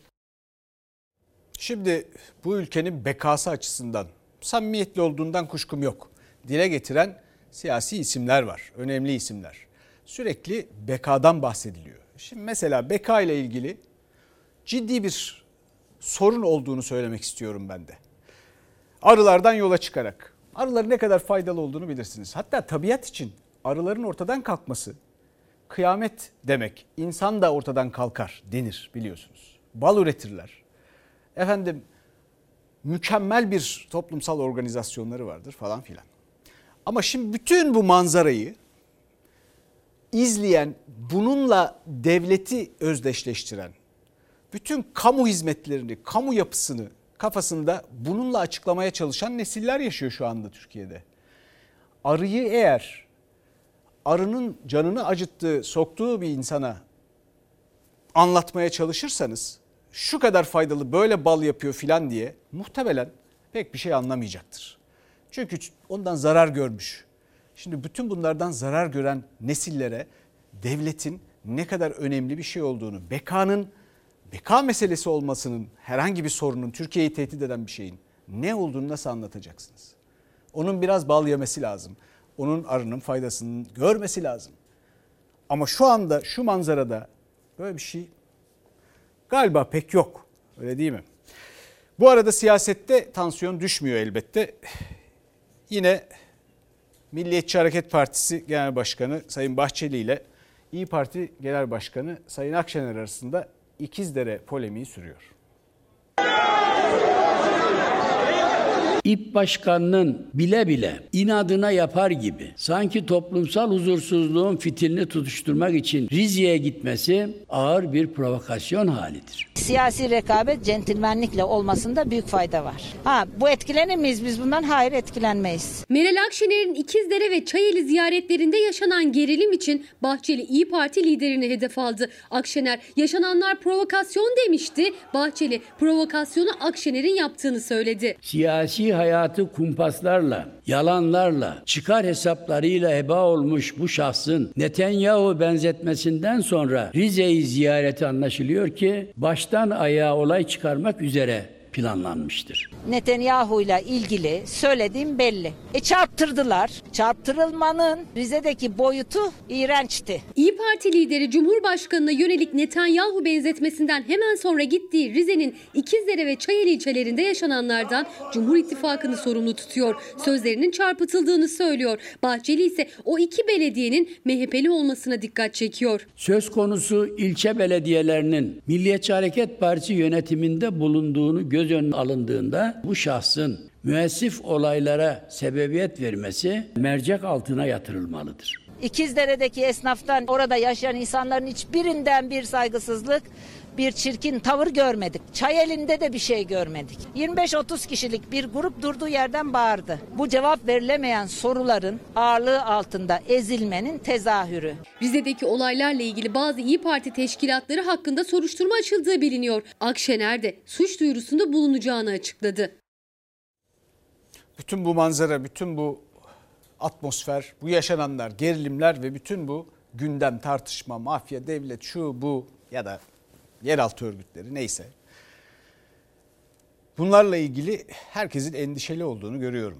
Şimdi bu ülkenin bekası açısından samimiyetli olduğundan kuşkum yok. Dile getiren siyasi isimler var, önemli isimler. Sürekli bekadan bahsediliyor. Şimdi mesela beka ile ilgili ciddi bir sorun olduğunu söylemek istiyorum ben de. Arılardan yola çıkarak. Arıların ne kadar faydalı olduğunu bilirsiniz. Hatta tabiat için arıların ortadan kalkması kıyamet demek. İnsan da ortadan kalkar denir biliyorsunuz. Bal üretirler. Efendim mükemmel bir toplumsal organizasyonları vardır falan filan. Ama şimdi bütün bu manzarayı izleyen, bununla devleti özdeşleştiren, bütün kamu hizmetlerini, kamu yapısını kafasında bununla açıklamaya çalışan nesiller yaşıyor şu anda Türkiye'de. Arıyı eğer arının canını acıttığı, soktuğu bir insana anlatmaya çalışırsanız şu kadar faydalı, böyle bal yapıyor filan diye muhtemelen pek bir şey anlamayacaktır. Çünkü ondan zarar görmüş. Şimdi bütün bunlardan zarar gören nesillere devletin ne kadar önemli bir şey olduğunu, beka meselesi olmasının, herhangi bir sorunun, Türkiye'yi tehdit eden bir şeyin ne olduğunu nasıl anlatacaksınız? Onun biraz bal yemesi lazım. Onun arının faydasını görmesi lazım. Ama şu anda şu manzarada böyle bir şey galiba pek yok. Öyle değil mi? Bu arada siyasette tansiyon düşmüyor elbette. Yine Milliyetçi Hareket Partisi Genel Başkanı Sayın Bahçeli ile İYİ Parti Genel Başkanı Sayın Akşener arasında İkizdere polemiği sürüyor. İP Başkanı'nın bile bile inadına yapar gibi sanki toplumsal huzursuzluğun fitilini tutuşturmak için Rize'ye gitmesi ağır bir provokasyon halidir. Siyasi rekabet centilmenlikle olmasında büyük fayda var. Bu etkilenir miyiz biz bundan? Hayır, etkilenmeyiz. Meral Akşener'in İkizdere ve Çayeli ziyaretlerinde yaşanan gerilim için Bahçeli İYİ Parti liderini hedef aldı. Akşener yaşananlar provokasyon demişti. Bahçeli provokasyonu Akşener'in yaptığını söyledi. Siyasi siyasi hayatı kumpaslarla, yalanlarla, çıkar hesaplarıyla heba olmuş bu şahsın Netanyahu benzetmesinden sonra Rize'yi ziyareti anlaşılıyor ki baştan ayağa olay çıkarmak üzere planlanmıştır. Netanyahu'yla ilgili söylediğim belli. Çarptırdılar. Çarptırılmanın Rize'deki boyutu iğrençti. İYİ Parti lideri Cumhurbaşkanı'na yönelik Netanyahu benzetmesinden hemen sonra gittiği Rize'nin İkizdere ve Çayeli ilçelerinde yaşananlardan Cumhur İttifakı'nı sorumlu tutuyor. Sözlerinin çarpıtıldığını söylüyor. Bahçeli ise o iki belediyenin MHP'li olmasına dikkat çekiyor. Söz konusu ilçe belediyelerinin Milliyetçi Hareket Partisi yönetiminde bulunduğunu göz önüne alındığında bu şahsın müessif olaylara sebebiyet vermesi mercek altına yatırılmalıdır. İkizdere'deki esnaftan, orada yaşayan insanların hiçbirinden bir saygısızlık, bir çirkin tavır görmedik. Çayeli'nde de bir şey görmedik. 25-30 kişilik bir grup durduğu yerden bağırdı. Bu cevap verilemeyen soruların ağırlığı altında ezilmenin tezahürü. Rize'deki olaylarla ilgili bazı İYİ Parti teşkilatları hakkında soruşturma açıldığı biliniyor. Akşener de suç duyurusunda bulunacağını açıkladı. Bütün bu manzara, bütün bu atmosfer, bu yaşananlar, gerilimler ve bütün bu gündem, tartışma, mafya, devlet, şu bu ya da yeraltı örgütleri neyse. Bunlarla ilgili herkesin endişeli olduğunu görüyorum.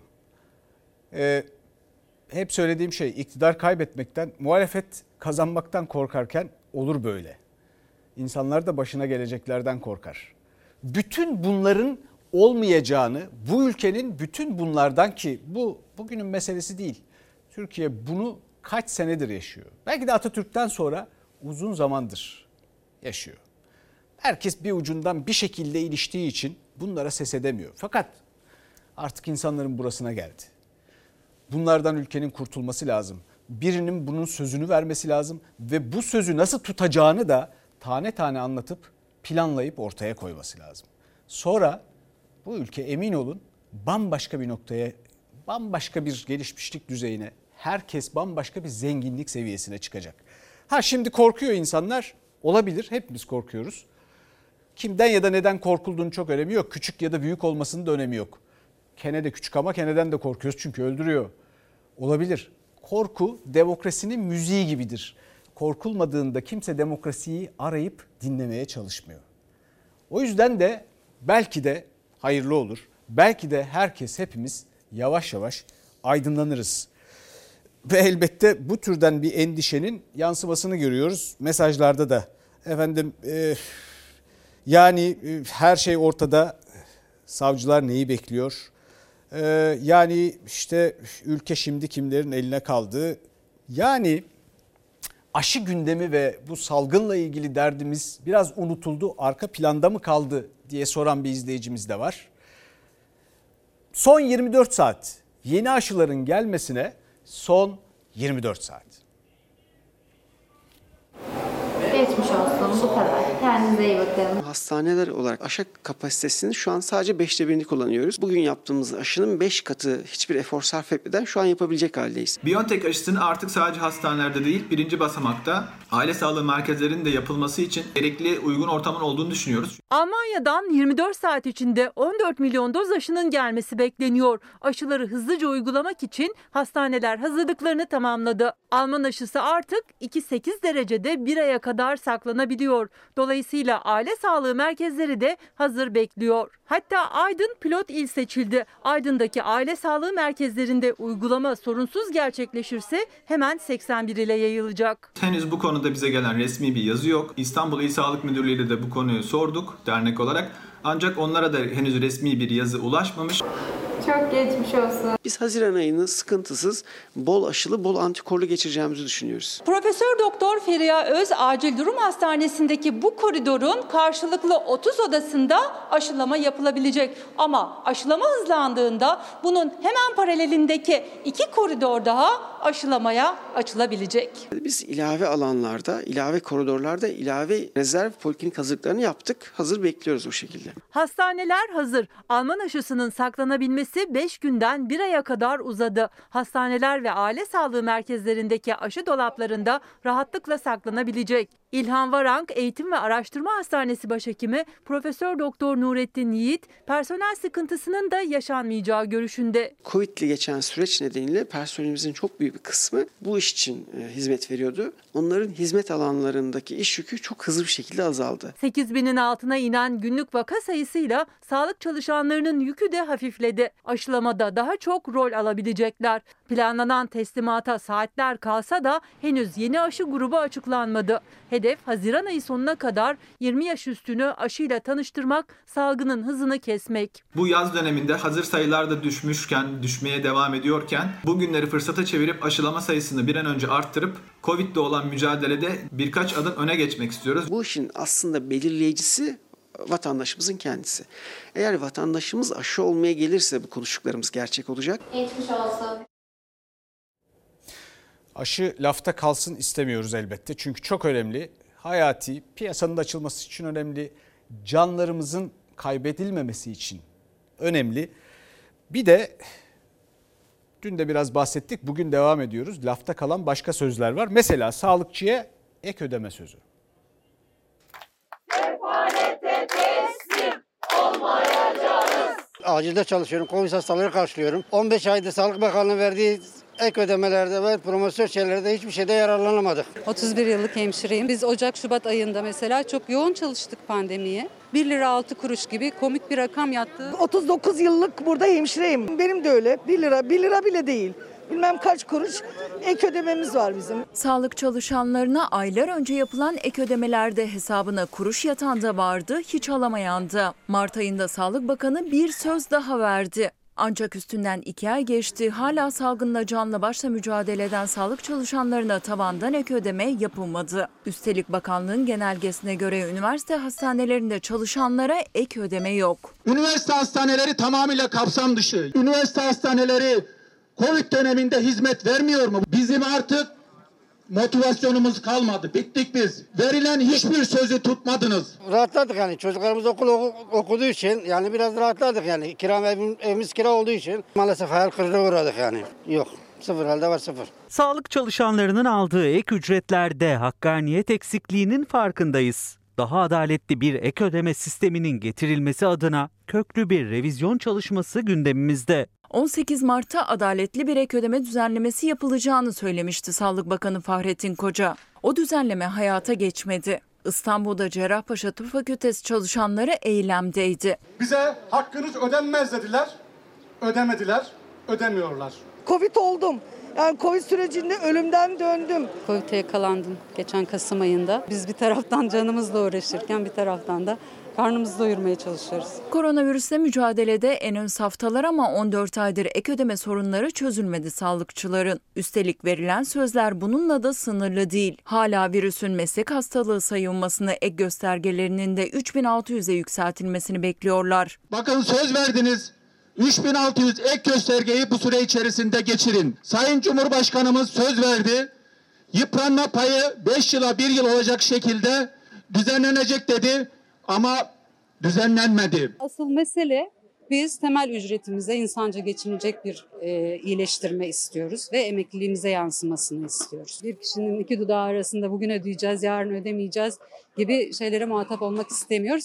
Hep söylediğim şey, iktidar kaybetmekten, muhalefet kazanmaktan korkarken olur böyle. İnsanlar da başına geleceklerden korkar. Bütün bunların olmayacağını, bu ülkenin bütün bunlardan, ki bu bugünün meselesi değil. Türkiye bunu kaç senedir yaşıyor. Belki de Atatürk'ten sonra uzun zamandır yaşıyor. Herkes bir ucundan bir şekilde iliştiği için bunlara ses edemiyor. Fakat artık insanların burasına geldi. Bunlardan ülkenin kurtulması lazım. Birinin bunun sözünü vermesi lazım ve bu sözü nasıl tutacağını da tane tane anlatıp planlayıp ortaya koyması lazım. Sonra bu ülke, emin olun, bambaşka bir noktaya, bambaşka bir gelişmişlik düzeyine, herkes bambaşka bir zenginlik seviyesine çıkacak. Şimdi korkuyor insanlar, olabilir, hepimiz korkuyoruz. Kimden ya da neden korkulduğunun çok önemi yok. Küçük ya da büyük olmasının da önemi yok. Kene de küçük ama Kene'den de korkuyoruz çünkü öldürüyor. Olabilir. Korku demokrasinin müziği gibidir. Korkulmadığında kimse demokrasiyi arayıp dinlemeye çalışmıyor. O yüzden de belki de hayırlı olur. Belki de herkes, hepimiz yavaş yavaş aydınlanırız. Ve elbette bu türden bir endişenin yansımasını görüyoruz mesajlarda da. Efendim yani her şey ortada. Savcılar neyi bekliyor? Yani işte ülke şimdi kimlerin eline kaldı? Yani aşı gündemi ve bu salgınla ilgili derdimiz biraz unutuldu, arka planda mı kaldı diye soran bir izleyicimiz de var. Son 24 saat, yeni aşıların gelmesine son 24 saat. Geçmiş olsun, bu kadar. Kendinize iyi bakın. Hastaneler olarak aşı kapasitesini şu an sadece 1/5'ini kullanıyoruz. Bugün yaptığımız aşının 5 katı hiçbir efor sarf etmeden şu an yapabilecek haldeyiz. BioNTech aşısının artık sadece hastanelerde değil, birinci basamakta aile sağlığı merkezlerinin de yapılması için gerekli uygun ortamın olduğunu düşünüyoruz. Almanya'dan 24 saat içinde 14 milyon doz aşının gelmesi bekleniyor. Aşıları hızlıca uygulamak için hastaneler hazırlıklarını tamamladı. Alman aşısı artık 2-8 derecede bir aya kadar saklanabiliyor. Dolayısıyla aile sağlığı merkezleri de hazır bekliyor. Hatta Aydın pilot il seçildi. Aydın'daki aile sağlığı merkezlerinde uygulama sorunsuz gerçekleşirse hemen 81 ile yayılacak. Henüz bu konuda bize gelen resmi bir yazı yok. İstanbul İl Sağlık Müdürlüğü ile de bu konuyu sorduk dernek olarak. Ancak onlara da henüz resmi bir yazı ulaşmamış. Çok geçmiş olsun. Biz Haziran ayını sıkıntısız, bol aşılı, bol antikorlu geçireceğimizi düşünüyoruz. Profesör Doktor Feriha Öz Acil Durum Hastanesi'ndeki bu koridorun karşılıklı 30 odasında aşılama yapılabilecek. Ama aşılama hızlandığında bunun hemen paralelindeki 2 koridor daha aşılamaya açılabilecek. Biz ilave alanlarda, ilave koridorlarda ilave rezerv poliklinik hazırlıklarını yaptık. Hazır bekliyoruz o şekilde. Hastaneler hazır. Alman aşısının saklanabilmesi 5 günden 1 aya kadar uzadı. Hastaneler ve aile sağlığı merkezlerindeki aşı dolaplarında rahatlıkla saklanabilecek. İlhan Varank Eğitim ve Araştırma Hastanesi Başhekimi Profesör Doktor Nurettin Yiğit, personel sıkıntısının da yaşanmayacağı görüşünde. Covid'le geçen süreç nedeniyle personelimizin çok büyük bir kısmı bu iş için hizmet veriyordu. Onların hizmet alanlarındaki iş yükü çok hızlı bir şekilde azaldı. 8.000'in altına inen günlük vaka sayısıyla sağlık çalışanlarının yükü de hafifledi. Aşılamada daha çok rol alabilecekler. Planlanan teslimata saatler kalsa da henüz yeni aşı grubu açıklanmadı. Hedef Haziran ayı sonuna kadar 20 yaş üstünü aşıyla tanıştırmak, salgının hızını kesmek. Bu yaz döneminde hazır sayılar da düşmeye devam ediyorken bugünleri fırsata çevirip aşılama sayısını bir an önce arttırıp Covid'le olan mücadelede birkaç adım öne geçmek istiyoruz. Bu işin aslında belirleyicisi vatandaşımızın kendisi. Eğer vatandaşımız aşı olmaya gelirse bu konuştuklarımız gerçek olacak. Geçmiş olsun. Aşı lafta kalsın istemiyoruz elbette. Çünkü çok önemli. Hayati, piyasanın açılması için önemli. Canlarımızın kaybedilmemesi için önemli. Bir de dün de biraz bahsettik. Bugün devam ediyoruz. Lafta kalan başka sözler var. Mesela sağlıkçıya ek ödeme sözü. Sefalete teslim olmayacağız. Acilde çalışıyorum. Covid hastaları karşılıyorum. 15 aydır Sağlık Bakanlığı verdiği ek ödemelerde ve promosyon şeylerde hiçbir şeyde yararlanamadık. 31 yıllık hemşireyim. Biz Ocak-Şubat ayında mesela çok yoğun çalıştık pandemiye. 1 lira 6 kuruş gibi komik bir rakam yattı. 39 yıllık burada hemşireyim. Benim de öyle. 1 lira bile değil. Bilmem kaç kuruş ek ödememiz var bizim. Sağlık çalışanlarına aylar önce yapılan ek ödemelerde hesabına kuruş yatan da vardı, hiç alamayan da. Mart ayında Sağlık Bakanı bir söz daha verdi. Ancak üstünden 2 ay geçti, hala salgınla canla başla mücadele eden sağlık çalışanlarına tavandan ek ödeme yapılmadı. Üstelik bakanlığın genelgesine göre üniversite hastanelerinde çalışanlara ek ödeme yok. Üniversite hastaneleri tamamıyla kapsam dışı. Üniversite hastaneleri Covid döneminde hizmet vermiyor mu? Bizim artık motivasyonumuz kalmadı. Bittik biz. Verilen hiçbir sözü tutmadınız. Rahatladık yani. Çocuklarımız okul okuduğu için yani biraz rahatladık yani. Evimiz kira olduğu için maalesef hayal kırıklığına uğradık yani. Yok. Sıfır halde var sıfır. Sağlık çalışanlarının aldığı ek ücretlerde hakkaniyet eksikliğinin farkındayız. Daha adaletli bir ek ödeme sisteminin getirilmesi adına köklü bir revizyon çalışması gündemimizde. 18 Mart'ta adaletli bir ek ödeme düzenlemesi yapılacağını söylemişti Sağlık Bakanı Fahrettin Koca. O düzenleme hayata geçmedi. İstanbul'da Cerrahpaşa Tıp Fakültesi çalışanları eylemdeydi. Bize hakkınız ödenmez dediler, ödemediler, ödemiyorlar. Covid oldum. Yani Covid sürecinde ölümden döndüm. Covid'e yakalandım geçen Kasım ayında. Biz bir taraftan canımızla uğraşırken bir taraftan da karnımızı doyurmaya çalışıyoruz. Koronavirüsle mücadelede en ön saftalar ama 14 aydır ek ödeme sorunları çözülmedi sağlıkçıların. Üstelik verilen sözler bununla da sınırlı değil. Hala virüsün meslek hastalığı sayılmasını, ek göstergelerinin de 3600'e yükseltilmesini bekliyorlar. Bakın söz verdiniz. 3600 ek göstergeyi bu süre içerisinde geçirin. Sayın Cumhurbaşkanımız söz verdi. Yıpranma payı 5 yıla 1 yıl olacak şekilde düzenlenecek dedi ama düzenlenmedi. Asıl mesele biz temel ücretimize insanca geçinecek bir iyileştirme istiyoruz ve emekliliğimize yansımasını istiyoruz. Bir kişinin iki dudağı arasında bugün ödeyeceğiz, yarın ödemeyeceğiz gibi şeylere muhatap olmak istemiyoruz.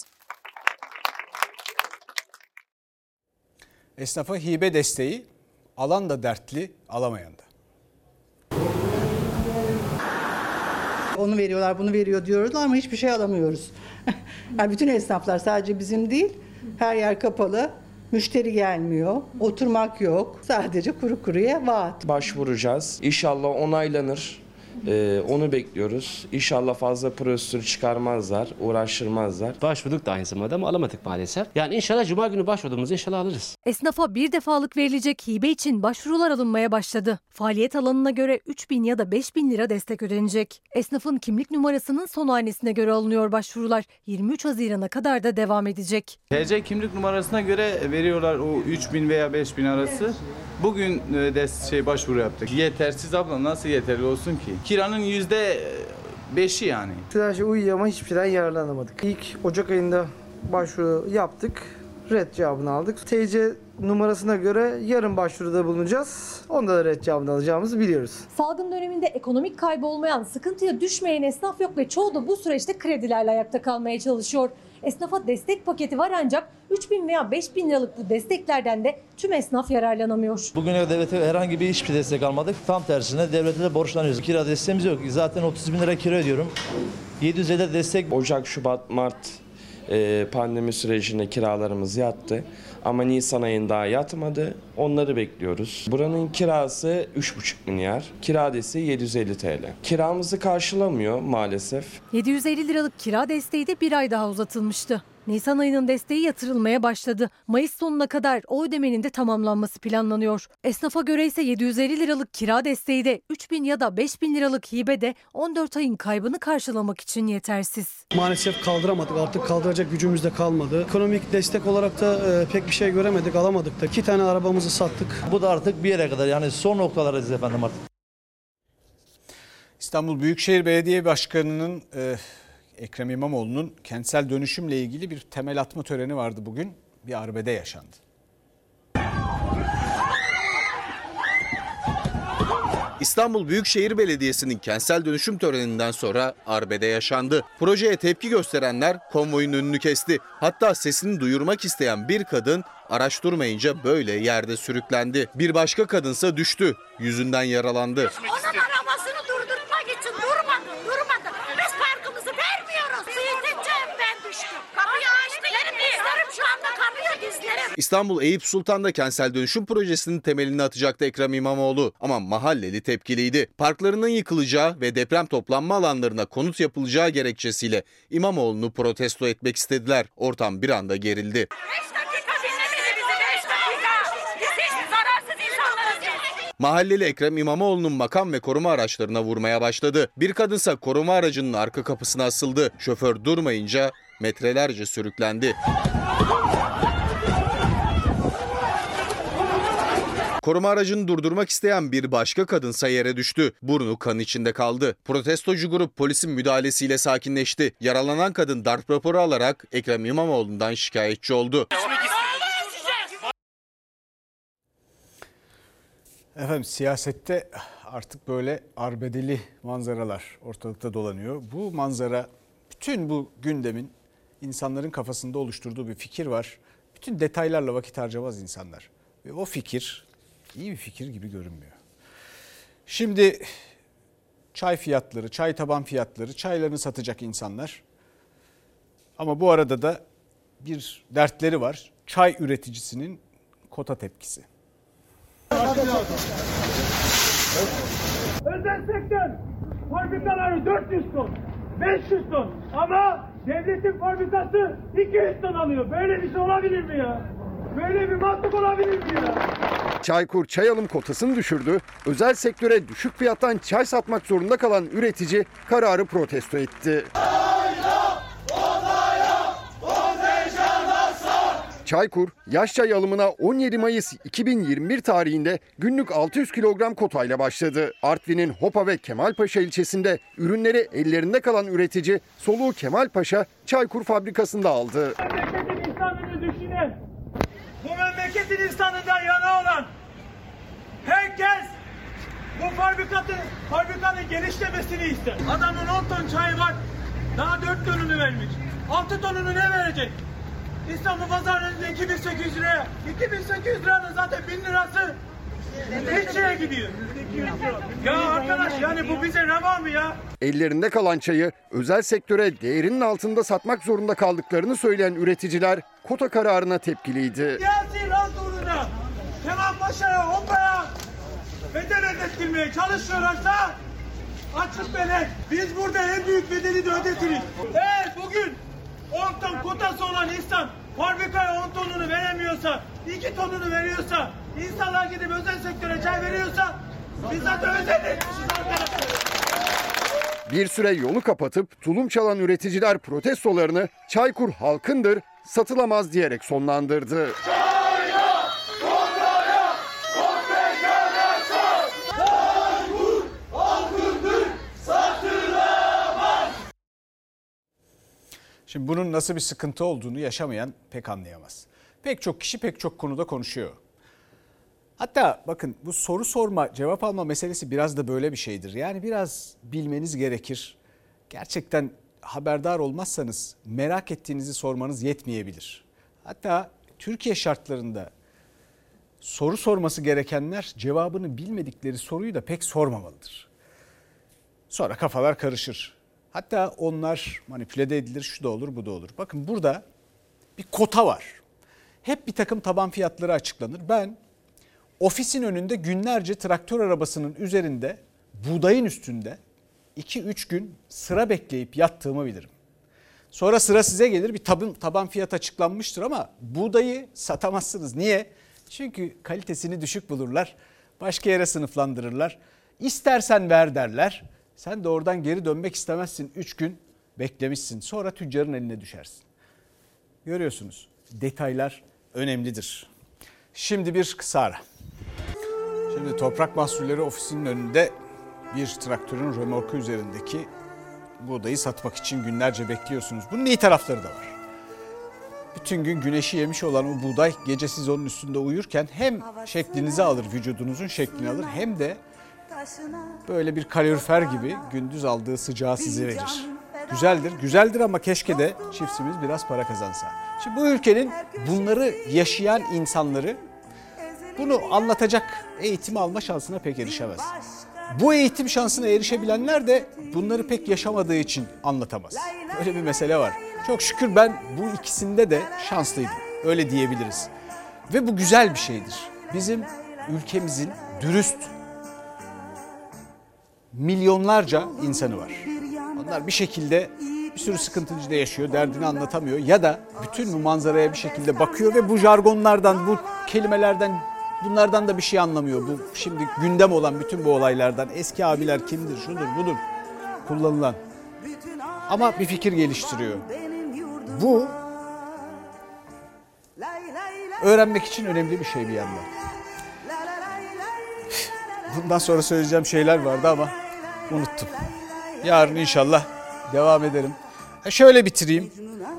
Esnafa hibe desteği, alan da dertli, alamayan da. Onu veriyorlar, bunu veriyor diyoruz ama hiçbir şey alamıyoruz. Yani bütün esnaflar, sadece bizim değil, her yer kapalı. Müşteri gelmiyor, oturmak yok. Sadece kuru kuruya vaat. Başvuracağız. İnşallah onaylanır. Onu bekliyoruz. İnşallah fazla prosedür çıkarmazlar, uğraştırmazlar. Başvurduk da aynı zamanda ama alamadık maalesef. Yani inşallah Cuma günü başvurduğumuzda inşallah alırız. Esnafa bir defalık verilecek hibe için başvurular alınmaya başladı. Faaliyet alanına göre 3.000 ya da 5.000 lira destek ödenecek. Esnafın kimlik numarasının son hanesine göre alınıyor başvurular. 23 Haziran'a kadar da devam edecek. TC kimlik numarasına göre veriyorlar o 3.000 veya 5.000 arası. Bugün de başvuru yaptık. Yetersiz abla, nasıl yeterli olsun ki? Kiranın %5'i yani. Her şey uyuyor ama hiçbir şeyden yararlanamadık. İlk Ocak ayında başvuru yaptık. Red cevabını aldık. TC numarasına göre yarın başvuruda bulunacağız. Onda da ret cevabını alacağımızı biliyoruz. Salgın döneminde ekonomik kaybı olmayan, sıkıntıya düşmeyen esnaf yok ve çoğu da bu süreçte kredilerle ayakta kalmaya çalışıyor. Esnafa destek paketi var ancak 3.000 veya 5.000 liralık bu desteklerden de tüm esnaf yararlanamıyor. Bugüne devlete herhangi bir hiçbir destek almadık. Tam tersine devlete de borçlanıyoruz. Kira desteğimiz yok. Zaten 30.000 lira kira ödüyorum. 700 lira destek. Ocak, Şubat, Mart pandemi sürecinde kiralarımız yattı. Ama Nisan ayında daha yatmadı. Onları bekliyoruz. Buranın kirası 3,5 milyar. Kira desteği 750 TL. Kiramızı karşılamıyor maalesef. 750 liralık kira desteği de bir ay daha uzatılmıştı. Nisan ayının desteği yatırılmaya başladı. Mayıs sonuna kadar o ödemenin de tamamlanması planlanıyor. Esnafa göre ise 750 liralık kira desteği de 3.000 ya da 5.000 liralık hibe de 14 ayın kaybını karşılamak için yetersiz. Maalesef kaldıramadık. Artık kaldıracak gücümüz de kalmadı. Ekonomik destek olarak da pek bir şey göremedik, alamadık da. 2 tane arabamızı sattık. Bu da artık bir yere kadar, yani son noktalarız efendim artık. İstanbul Büyükşehir Belediye Başkanı'nın Ekrem İmamoğlu'nun kentsel dönüşümle ilgili bir temel atma töreni vardı bugün. Bir arbede yaşandı. İstanbul Büyükşehir Belediyesi'nin kentsel dönüşüm töreninden sonra arbede yaşandı. Projeye tepki gösterenler konvoyun önünü kesti. Hatta sesini duyurmak isteyen bir kadın araç durmayınca böyle yerde sürüklendi. Bir başka kadınsa düştü, yüzünden yaralandı. Onun arabasını durdurmak için durmadı. Biz parkımızı vermiyoruz. Büyüteceğim, ben düştüm. Kapıyı açtı. Benim dizlerim şu anda kanıyor, dizlerim. İstanbul Eyüp Sultan'da kentsel dönüşüm projesinin temelini atacaktı Ekrem İmamoğlu. Ama mahalleli tepkiliydi. Parklarının yıkılacağı ve deprem toplanma alanlarına konut yapılacağı gerekçesiyle İmamoğlu'nu protesto etmek istediler. Ortam bir anda gerildi. 5 dakika dinlemedi bizi, 5 dakika. Biz hiç zararsız insanlarız. Mahalleli Ekrem İmamoğlu'nun makam ve koruma araçlarına vurmaya başladı. Bir kadınsa koruma aracının arka kapısına asıldı. Şoför durmayınca metrelerce sürüklendi. Koruma aracını durdurmak isteyen bir başka kadınsa yere düştü. Burnu kan içinde kaldı. Protestocu grup polisin müdahalesiyle sakinleşti. Yaralanan kadın darp raporu alarak Ekrem İmamoğlu'ndan şikayetçi oldu. Efendim siyasette artık böyle arbedeli manzaralar ortalıkta dolanıyor. Bu manzara, bütün bu gündemin insanların kafasında oluşturduğu bir fikir var. Bütün detaylarla vakit harcamaz insanlar. Ve o fikir iyi bir fikir gibi görünmüyor. Şimdi çay fiyatları, çay taban fiyatları, çaylarını satacak insanlar. Ama bu arada da bir dertleri var. Çay üreticisinin kota tepkisi. Özel sektör fabrikaları 400 ton, 500 ton ama devletin fabrikası 200 ton alıyor. Böyle bir şey olabilir mi ya? Böyle bir mantık olabilir mi ya? Çaykur çay alım kotasını düşürdü. Özel sektöre düşük fiyattan çay satmak zorunda kalan üretici kararı protesto etti. Çaykur, yaş çay alımına 17 Mayıs 2021 tarihinde günlük 600 kilogram kotayla başladı. Artvin'in Hopa ve Kemalpaşa ilçesinde ürünleri ellerinde kalan üretici soluğu Kemalpaşa Çaykur fabrikasında aldı. Memleketin insanını düşünen, bu memleketin insanından yana olan herkes bu fabrikanın genişlemesini ister. Adamın 10 ton çayı var, daha 4 tonunu vermiş. 6 tonunu ne verecek? İstanbul pazarlarında 2800 liraya. 2800 liranın zaten 1000 lirası hiç şeye gidiyor. Ya arkadaş, yani bu bize reva mı ya? Ellerinde kalan çayı özel sektöre değerinin altında satmak zorunda kaldıklarını söyleyen üreticiler kota kararına tepkiliydi. Siyasi rant uğruna Kemalpaşa'ya, Hopa'ya bedel ödettirmeye çalışıyorlarsa açık bedel. Biz burada en büyük bedeli de ödetiriz. Eğer bugün 10 ton kotası olan insan fabrikaya 10 tonunu veremiyorsa, 2 tonunu veriyorsa, insanlar gidip özel sektöre çay veriyorsa biz zaten özel etmişiz arkadaşlar. Bir süre yolu kapatıp tulum çalan üreticiler protestolarını Çaykur halkındır, satılamaz diyerek sonlandırdı. Şimdi bunun nasıl bir sıkıntı olduğunu yaşamayan pek anlayamaz. Pek çok kişi pek çok konuda konuşuyor. Hatta bakın bu soru sorma, cevap alma meselesi biraz da böyle bir şeydir. Yani biraz bilmeniz gerekir. Gerçekten haberdar olmazsanız merak ettiğinizi sormanız yetmeyebilir. Hatta Türkiye şartlarında soru sorması gerekenler cevabını bilmedikleri soruyu da pek sormamalıdır. Sonra kafalar karışır. Hatta onlar manipüle de edilir, şu da olur, bu da olur. Bakın burada bir kota var. Hep bir takım taban fiyatları açıklanır. Ben ofisin önünde günlerce traktör arabasının üzerinde, buğdayın üstünde 2-3 gün sıra bekleyip yattığımı bilirim. Sonra sıra size gelir, bir taban fiyat açıklanmıştır ama buğdayı satamazsınız. Niye? Çünkü kalitesini düşük bulurlar, başka yere sınıflandırırlar. İstersen ver derler. Sen de oradan geri dönmek istemezsin. 3 gün beklemişsin. Sonra tüccarın eline düşersin. Görüyorsunuz, detaylar önemlidir. Şimdi bir kısa ara. Şimdi Toprak Mahsulleri Ofisi'nin önünde bir traktörün römorku üzerindeki buğdayı satmak için günlerce bekliyorsunuz. Bunun iyi tarafları da var. Bütün gün güneşi yemiş olan o buğday gece siz onun üstünde uyurken hem şeklinizi alır, vücudunuzun şeklini alır, hem de böyle bir kalorifer gibi gündüz aldığı sıcağı size verir. Güzeldir ama keşke de çiftçimiz biraz para kazansa. Şimdi bu ülkenin bunları yaşayan insanları bunu anlatacak eğitimi alma şansına pek erişemez. Bu eğitim şansına erişebilenler de bunları pek yaşamadığı için anlatamaz. Öyle bir mesele var. Çok şükür ben bu ikisinde de şanslıydım. Öyle diyebiliriz. Ve bu güzel bir şeydir. Bizim ülkemizin dürüst milyonlarca insanı var. Onlar bir şekilde bir sürü sıkıntı içinde yaşıyor, derdini anlatamıyor ya da bütün bu manzaraya bir şekilde bakıyor ve bu jargonlardan, bu kelimelerden, bunlardan da bir şey anlamıyor. Bu şimdi gündem olan bütün bu olaylardan eski abiler kimdir, şudur, budur kullanılan. Ama bir fikir geliştiriyor. Bu öğrenmek için önemli bir şey bir yandan. Bundan sonra söyleyeceğim şeyler vardı ama unuttum. Yarın inşallah devam ederim. Şöyle bitireyim.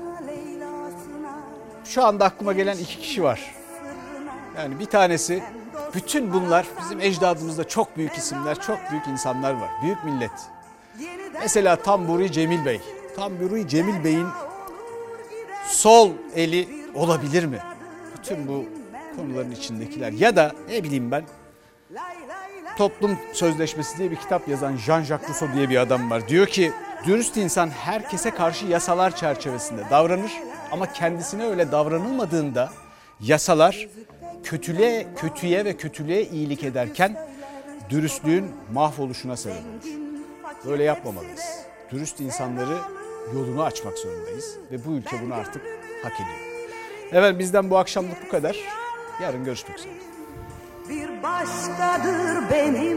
Şu anda aklıma gelen 2 kişi var. Yani bir tanesi, bütün bunlar bizim ecdadımızda çok büyük isimler, çok büyük insanlar var. Büyük millet. Mesela Tamburi Cemil Bey. Tamburi Cemil Bey'in sol eli olabilir mi? Bütün bu konuların içindekiler. Ya da ne bileyim ben, Toplum Sözleşmesi diye bir kitap yazan Jean-Jacques Rousseau diye bir adam var. Diyor ki dürüst insan herkese karşı yasalar çerçevesinde davranır ama kendisine öyle davranılmadığında yasalar kötüye ve kötülüğe iyilik ederken dürüstlüğün mahvoluşuna sebep olur. Böyle yapmamalıyız. Dürüst insanları yolunu açmak zorundayız ve bu ülke bunu artık hak ediyor. Evet, bizden bu akşamlık bu kadar. Yarın görüşmek üzere. Bir başkadır benim